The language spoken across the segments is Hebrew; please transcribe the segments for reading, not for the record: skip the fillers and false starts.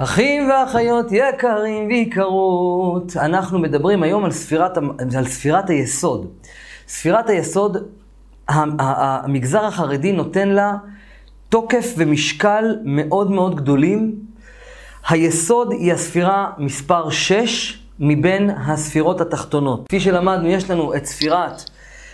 אחים ואחיות יקרים ויקרות, אנחנו מדברים היום על ספירת היסוד. ספירת היסוד, המגזר החרדי נותן לה תוקף ומשקל מאוד מאוד גדולים. היסוד היא הספירה מספר 6 מבין הספירות התחתונות. כפי שלמדנו, יש לנו את ספירת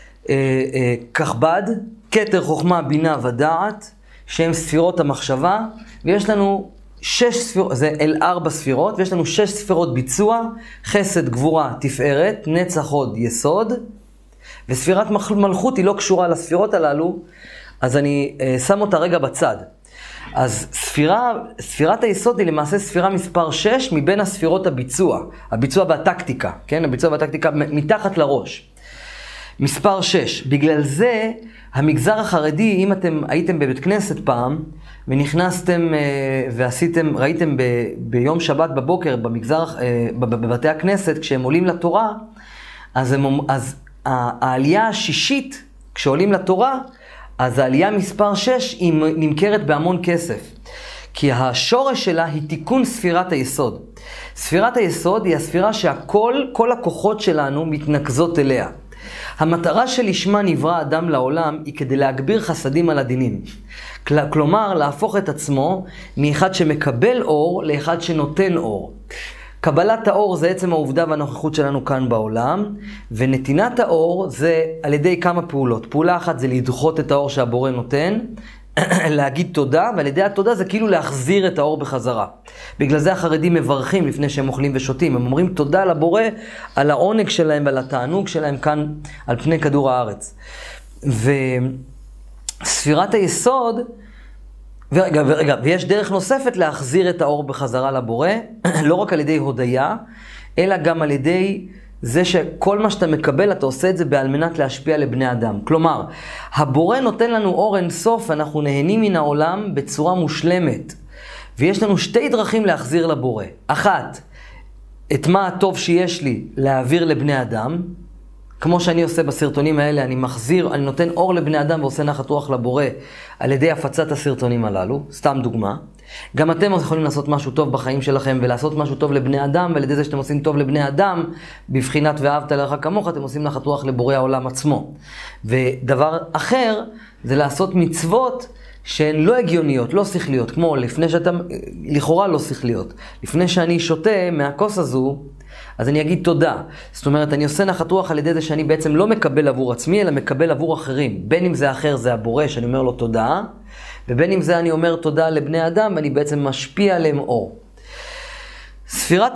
כחבד, כתר חוכמה בינה ודעת, שהן ספירות המחשבה, ויש לנו 6 ספירות, זה אל 4 ספירות, ויש לנו 6 ספירות ביצוע, חסד, גבורה, תפארת, נצח, הוד, יסוד, וספירת מלכות היא לא קשורה לספירות הללו, אז אני שם אותה רגע בצד. אז ספירת היסוד היא למעשה ספירה מספר 6 מבין הספירות הביצוע והטקטיקה, כן? הביצוע והטקטיקה מתחת לראש. מספר 6. בגלל זה המגזר החרדי, אם אתם הייתם בבית כנסת פעם, ונכנסתם ראיתם ביום שבת בבוקר בבתי הכנסת, כשהם עולים לתורה, אז העלייה השישית, כשעולים לתורה, אז העלייה מספר 6 היא נמכרת בהמון כסף. כי השורש שלה היא תיקון ספירת היסוד. ספירת היסוד היא הספירה כל הכוחות שלנו מתנקזות אליה. המטרה שלשמה נברא אדם לעולם היא כדי להגביר חסדים על הדינים. כלומר, להפוך את עצמו מאחד שמקבל אור לאחד שנותן אור. קבלת האור זה עצם העובדה והנוכחות שלנו כאן בעולם, ונתינת האור זה על ידי כמה פעולות. פעולה אחת זה לדחות את האור שהבורא נותן, להגיד תודה, ועל ידי התודה זה כאילו להחזיר את האור בחזרה. בגלל זה החרדים מברכים לפני שהם אוכלים ושותים. הם אומרים תודה לבורא על העונג שלהם ועל התענוג שלהם כאן על פני כדור הארץ. וספירת היסוד, ויש דרך נוספת להחזיר את האור בחזרה לבורא, לא רק על ידי הודיה, אלא גם על ידי זה שכל מה שאתה מקבל, אתה עושה את זה על מנת להשפיע לבני אדם. כלומר, הבורא נותן לנו אור אין סוף, אנחנו נהנים מן העולם בצורה מושלמת. ויש לנו 2 דרכים להחזיר לבורא. אחת, את מה הטוב שיש לי להעביר לבני אדם, כמו שאני עושה בסרטונים האלה, אני נותן אור לבני אדם ועושה נחת רוח לבורא על ידי הפצת הסרטונים הללו, סתם דוגמה. גם אתם יכולים לעשות משהו טוב בחיים שלכם ולעשות משהו טוב לבני אדם, ועל ידי זה שאתם עושים טוב לבני אדם, בבחינת ואהבת לרעך כמוך, אתם עושים נחת רוח לבורא העולם עצמו. ודבר אחר זה לעשות מצוות שהן לא הגיוניות, לא שכליות, כמו לכאורה לא שכליות. לפני שאני שותה מהכוס הזו, אז אני אגיד תודה. זאת אומרת, אני עושה נחת רוח על ידי זה שאני בעצם לא מקבל עבור עצמי, אלא מקבל עבור אחרים. בין אם זה אחר, זה הבורא, שאני אומר לו תודה, ובין אם זה אני אומר תודה לבני אדם, ואני בעצם משפיע עליהם אור. ספירת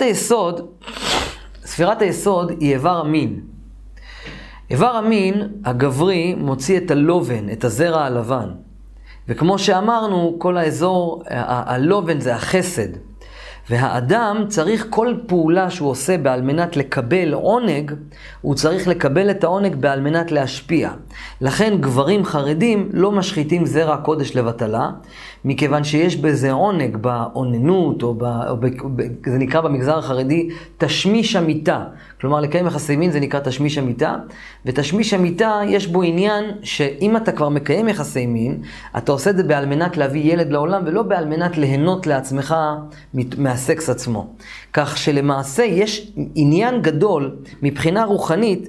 היסוד היא איבר המין. איבר המין, הגברי, מוציא את הלובן, את הזרע הלבן. וכמו שאמרנו, כל האזור, הלובן זה החסד. והאדם צריך כל פעולה שהוא עושה בעל מנת לקבל עונג, הוא צריך לקבל את העונג בעל מנת להשפיע. לכן גברים חרדים לא משחיתים זרע קודש לבטלה, מכיוון שיש בזה עונג בעוננות, זה נקרא במגזר החרדי תשמיש המיטה. כלומר, לקיים יחסי מין זה נקרא תשמיש המיטה, ותשמיש המיטה יש בו עניין שאם אתה כבר מקיים יחסי מין, אתה עושה את זה בעל מנת להביא ילד לעולם, ולא בעל מנת ליהנות לעצמך מהסקס עצמו. כך שלמעשה יש עניין גדול מבחינה רוחנית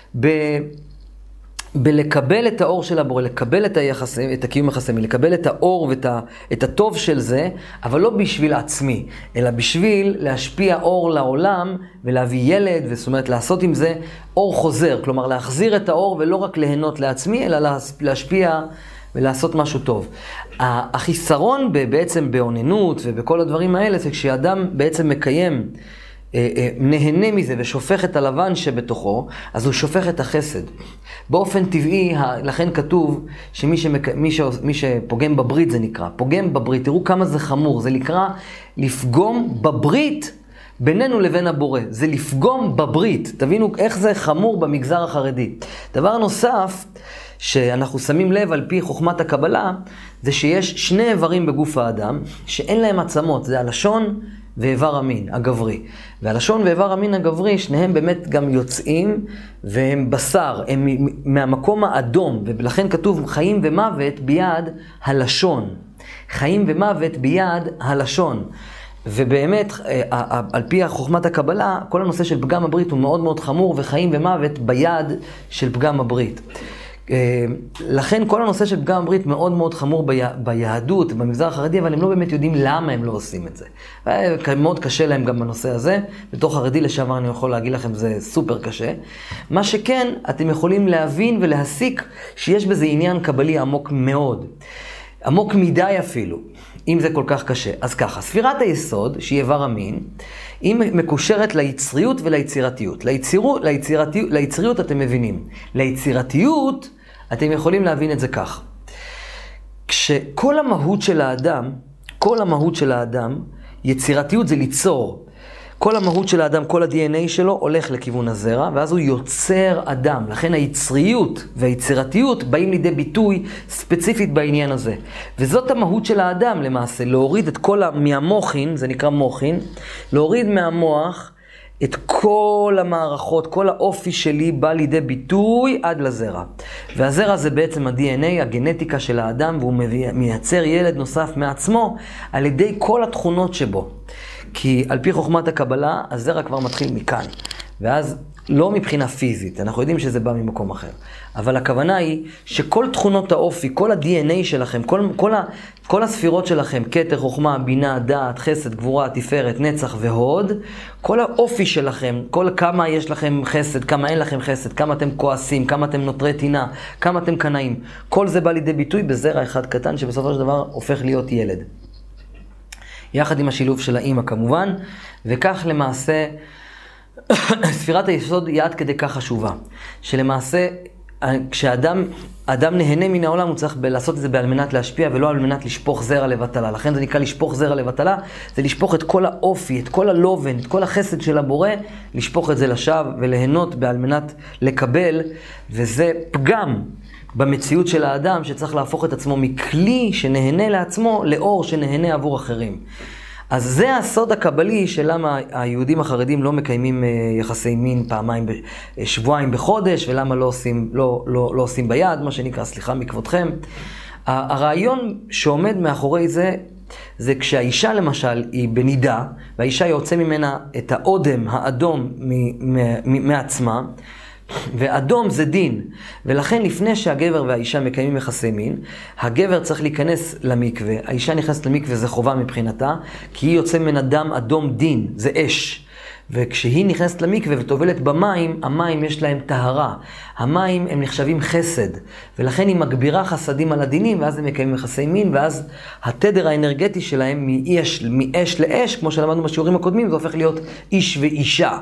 בלקבל את האור של הבורא, לקבל את הקיום יחסי מין, לקבל את האור ואת הטוב של זה, אבל לא בשביל עצמי, אלא בשביל להשפיע אור לעולם ולהביא ילד, זאת אומרת לעשות עם זה אור חוזר, כלומר להחזיר את האור ולא רק ליהנות לעצמי, אלא להשפיע ולעשות משהו טוב. החיסרון בעצם בעוננות ובכל הדברים האלה, זה כשאדם בעצם מקיים, נהנה מזה ושופך את הלבן שבתוכו, אז הוא שופך את החסד. באופן טבעי, לכן כתוב שמי שפוגם בברית זה נקרא, פוגם בברית, תראו כמה זה חמור, זה נקרא לפגום בברית בינינו לבין הבורא, זה לפגום בברית, תבינו איך זה חמור במגזר החרדי. דבר נוסף, שאנחנו שמים לב על פי חוכמת הקבלה, זה שיש 2 איברים בגוף האדם, שאין להם עצמות, זה הלשון ואיבר המין, הגברי. והלשון ואיבר המין הגברי, שניהם באמת גם יוצאים, והם בשר, הם מהמקום האדום, ולכן כתוב חיים ומוות ביד הלשון. חיים ומוות ביד הלשון. ובאמת, על פי חוכמת הקבלה, כל הנושא של פגם הברית הוא מאוד מאוד חמור, וחיים ומוות ביד של פגם הברית. לכן כל הנושא של פגם הברית מאוד מאוד חמור ביהדות, במגזר החרדי, אבל הם לא באמת יודעים למה הם לא עושים את זה. מאוד קשה להם גם בנושא הזה. בתור חרדי לשעבר אני יכול להגיד לכם, זה סופר קשה. מה שכן, אתם יכולים להבין ולהסיק שיש בזה עניין קבלי עמוק מאוד. עמוק מדי אפילו, אם זה כל כך קשה. אז ככה, ספירת היסוד, שהיא איבר המין, היא מקושרת ליצריות וליצירתיות. ליצריות אתם מבינים. ליצירתיות, אתם יכולים להבין את זה כך. כשכל המהות של האדם, יצירתיות זה ליצור. כל המהות של האדם, כל ה-DNA שלו הולך לכיוון הזרע, ואז הוא יוצר אדם. לכן היצריות והיצירתיות באים לידי ביטוי ספציפית בעניין הזה. וזאת המהות של האדם למעשה, להוריד את כל מהמוחין, זה נקרא מוחין, להוריד מהמוח את כל המערכות, כל האופי שלי בא לידי ביטוי עד לזרע. והזרע זה בעצם ה-DNA, הגנטיקה של האדם, והוא מייצר ילד נוסף מעצמו על ידי כל התכונות שבו. כי על פי חוכמת הקבלה, הזרע כבר מתחיל מכאן. ואז לא מבחינה פיזית, אנחנו יודעים שזה בא ממקום אחר. אבל הכוונה היא שכל תכונות האופי, כל ה-DNA שלכם, כל הספירות שלכם, כתר, חוכמה, בינה, דעת, חסד, גבורה, תפארת, נצח והוד, כל האופי שלכם, כמה יש לכם חסד, כמה אין לכם חסד, כמה אתם כועסים, כמה אתם נוטרי טינה, כמה אתם קנאים. כל זה בא לידי ביטוי בזרע אחד קטן שבסופו של דבר הופך להיות ילד. יחד עם השילוב של האמא כמובן, וכך למעשה ספירת היסוד היא עד כדי כך חשובה, שלמעשה כשאדם נהנה מן העולם הוא צריך לעשות את זה על מנת להשפיע ולא על מנת לשפוך זרע לבטלה. לכן זה נקרא לשפוך זרע לבטלה, זה לשפוך את כל האופי, את כל הלובן, את כל החסד של הבורא, לשפוך את זה לשווא וליהנות על מנת לקבל, וזה פגם במציאות של האדם שצריך להפוך את עצמו מכלי שנהנה לעצמו לאור שנהנה עבור אחרים. אז זה הסוד הקבלי של למה היהודים החרדים לא מקיימים יחסי מין שבועיים בחודש, ולמה לא עושים ביד, מה שנקרא, סליחה מכבודכם. הרעיון שעומד מאחורי זה כשהאישה למשל היא בנידה, והאישה יוצא ממנה את האודם האדום מעצמה, ואדום זה דין, ולכן לפני שהגבר והאישה מקיימים יחסי מין, הגבר צריך להיכנס למקווה, האישה נכנסת למקווה זה חובה מבחינתה, כי היא יוצא מן אדם אדום דין, זה אש. וכשהיא נכנסת למקווה וטובלת במים, המים יש להם טהרה. המים הם נחשבים חסד, ולכן היא מגבירה חסדים על הדינים, ואז הם מקיימים יחסי מין, ואז התדר האנרגטי שלהם מאש לאש, כמו שלמדנו בשיעורים הקודמים, זה הופך להיות איש ואישה.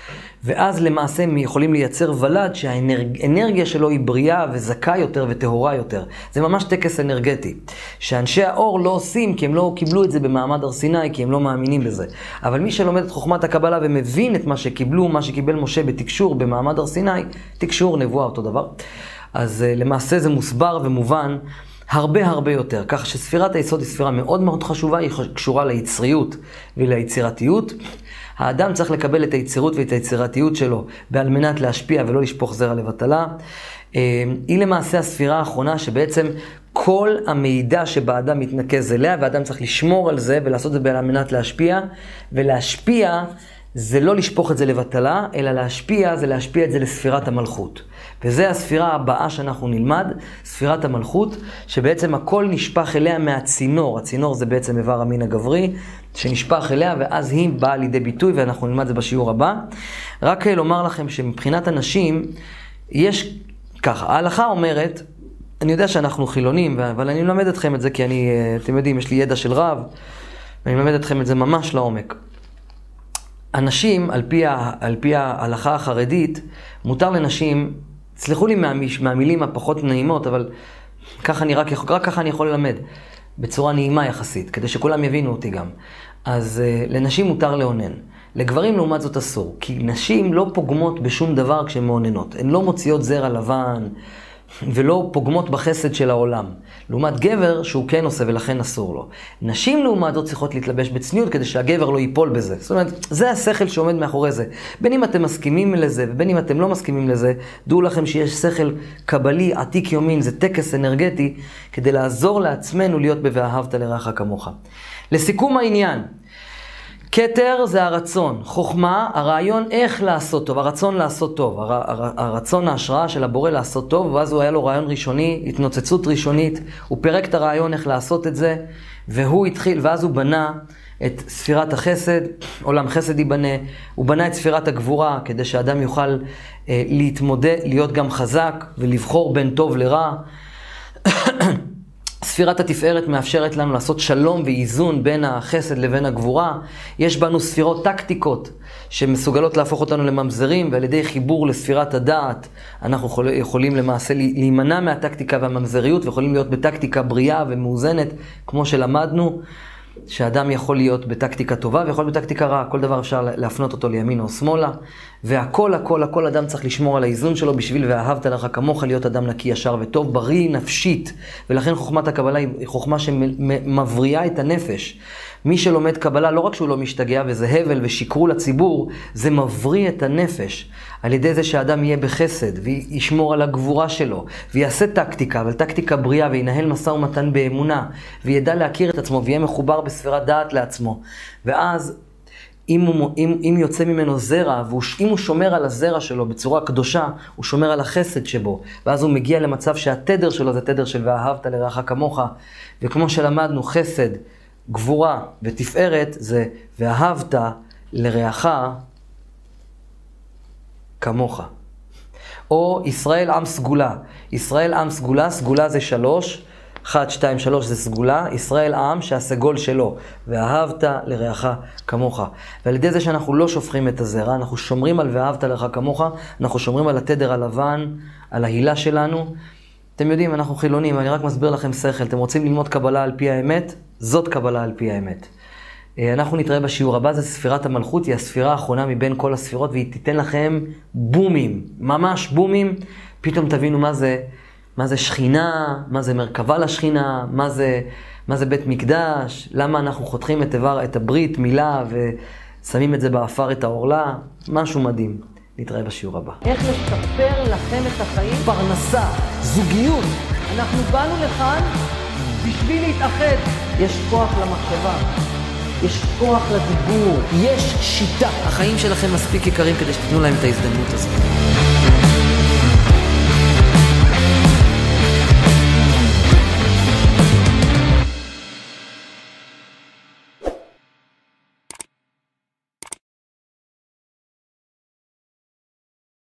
ואז למעשה הם יכולים לייצר ולד שהאנרגיה שלו היא בריאה וזכה יותר וטהורה יותר. זה ממש טקס אנרגטי, שאנשי האור לא עושים כי הם לא קיבלו את זה במעמד הר סיני, כי הם לא מאמינים בזה. אבל מי שלומד את חוכמת הקבלה ומבין את מה שקיבלו, מה שקיבל משה בתקשור במעמד הר סיני, תקשור, נבואה, אותו דבר. אז למעשה זה מוסבר ומובן הרבה יותר. כך שספירת היסוד היא ספירה מאוד מאוד חשובה, היא קשורה ליצריות וליצירתיות. האדם צריך לקבל את היצירות ואת היצירתיות שלו על מנת להשפיע ולא לשפוך זרע לבטלה. היא למעשה הספירה האחרונה שבעצם כל המידע שבאדם מתנקז אליה, והאדם צריך לשמור על זה ולעשות את זה על מנת להשפיע. ולהשפיע זה לא לשפוך את זה לבטלה, אלא להשפיע זה להשפיע את זה לספירת המלכות. וזה הספירה הבאה שאנחנו נלמד, ספירת המלכות, שבעצם הכל נשפך אליה מהצינור. הצינור זה בעצם איבר המין הגברי, שנשפך אליה, ואז היא באה לידי ביטוי, ואנחנו נלמד את זה בשיעור הבא. רק לומר לכם שמבחינת הנשים, יש ככה, ההלכה אומרת, אני יודע שאנחנו חילונים, אבל אני מלמד אתכם את זה, כי אתם יודעים, יש לי ידע של רב, ואני מלמד אתכם את זה ממש לעומק. אנשים, על פי ההלכה החרדית, מותר לנשים, סלחו לי מהמילים הפחות נעימות, אבל רק ככה אני יכול ללמד, בצורה נעימה יחסית, כדי שכולם יבינו אותי גם. אז לנשים מותר לאונן. לגברים לעומת זאת אסור, כי נשים לא פוגמות בשום דבר כשהן מעוננות. הן לא מוציאות זרע לבן, ולא פוגמות בחסד של העולם. לעומת גבר שהוא כן עושה ולכן אסור לו. נשים לעומת זאת צריכות להתלבש בצניעות כדי שהגבר לא ייפול בזה. זאת אומרת, זה השכל שעומד מאחורי זה. בין אם אתם מסכימים לזה ובין אם אתם לא מסכימים לזה, דעו לכם שיש שכל קבלי עתיק יומין, זה טקס אנרגטי, כדי לעזור לעצמנו להיות ב"ואהבת לרעך כמוך". לסיכום העניין, כתר זה הרצון, חוכמה, הרעיון איך לעשות טוב, הרצון לעשות טוב, הרצון ההשראה של הבורא לעשות טוב, ואז הוא היה לו רעיון ראשוני, התנוצצות ראשונית, הוא פירק את הרעיון איך לעשות את זה, והוא התחיל, ואז הוא בנה את ספירת החסד, עולם חסד ייבנה, הוא בנה את ספירת הגבורה, כדי שהאדם יוכל להתמודד, להיות גם חזק, ולבחור בין טוב לרע. ספירת התפארת מאפשרת לנו לעשות שלום ואיזון בין החסד לבין הגבורה. יש בנו ספירות טקטיקות שמסוגלות להפוך אותנו לממזרים, ועל ידי חיבור לספירת הדעת אנחנו יכולים למעשה להימנע מהטקטיקה והממזריות, ויכולים להיות בטקטיקה בריאה ומאוזנת, כמו שלמדנו, שאדם יכול להיות בטקטיקה טובה ויכול להיות בטקטיקה רעה. כל דבר אפשר להפנות אותו לימין או שמאלה, והכל אדם צריך לשמור על האיזון שלו בשביל ואהבת לך כמוך, להיות אדם נקי, ישר וטוב, בריא נפשית. ולכן חוכמת הקבלה היא חוכמה שמבריאה את הנפש. מי שלומד קבלה, לא רק שהוא לא משתגע וזה הבל ושיקרו לציבור, זה מבריא את הנפש. על ידי זה שהאדם יהיה בחסד וישמור על הגבורה שלו, ויעשה טקטיקה, אבל טקטיקה בריאה, וינהל משא ומתן באמונה, וידע להכיר את עצמו, ויהיה מחובר בספירת דעת לעצמו. ואז אם יוצא ממנו זרע, ואם הוא שומר על הזרע שלו בצורה קדושה, הוא שומר על החסד שבו, ואז הוא מגיע למצב שהתדר שלו זה תדר של ואהבת לרעך כמוך. וכמו שלמדנו, חסד, גבורה ותפארת זה ואהבת לרעך כמוך. או ישראל עם סגולה. ישראל עם סגולה, סגולה זה 3, 1, 2, 3 זה סגולה, ישראל עם שהסגול שלו, ואהבת לרעך כמוך. ועל ידי זה שאנחנו לא שופכים את הזרע, אנחנו שומרים על ואהבת לרעך כמוך, אנחנו שומרים על התדר הלבן, על ההילה שלנו. אתם יודעים, אנחנו חילונים, אני רק מסביר לכם שכל. אתם רוצים ללמוד קבלה על פי האמת? זאת קבלה על פי האמת. אנחנו נתראה בשיעור הבא, זה ספירת המלכות, היא הספירה האחרונה מבין כל הספירות, והיא תיתן לכם בומים, ממש בומים. פתאום תבינו מה זה שכינה, מה זה מרכבה לשכינה, מה זה בית מקדש, למה אנחנו חותכים את הברית מילה ושמים את זה באפר את העורלה, משהו מדהים. נתראה בשיעור הבא. איך לשפר לכם את החיים? פרנסה, זוגיות. אנחנו באנו לכאן בשביל להתאחד. יש כוח למחשבה, יש כוח לדיבור, יש שיטה. החיים שלכם מספיק יקרים כדי שתתנו להם את ההזדמנות הזאת.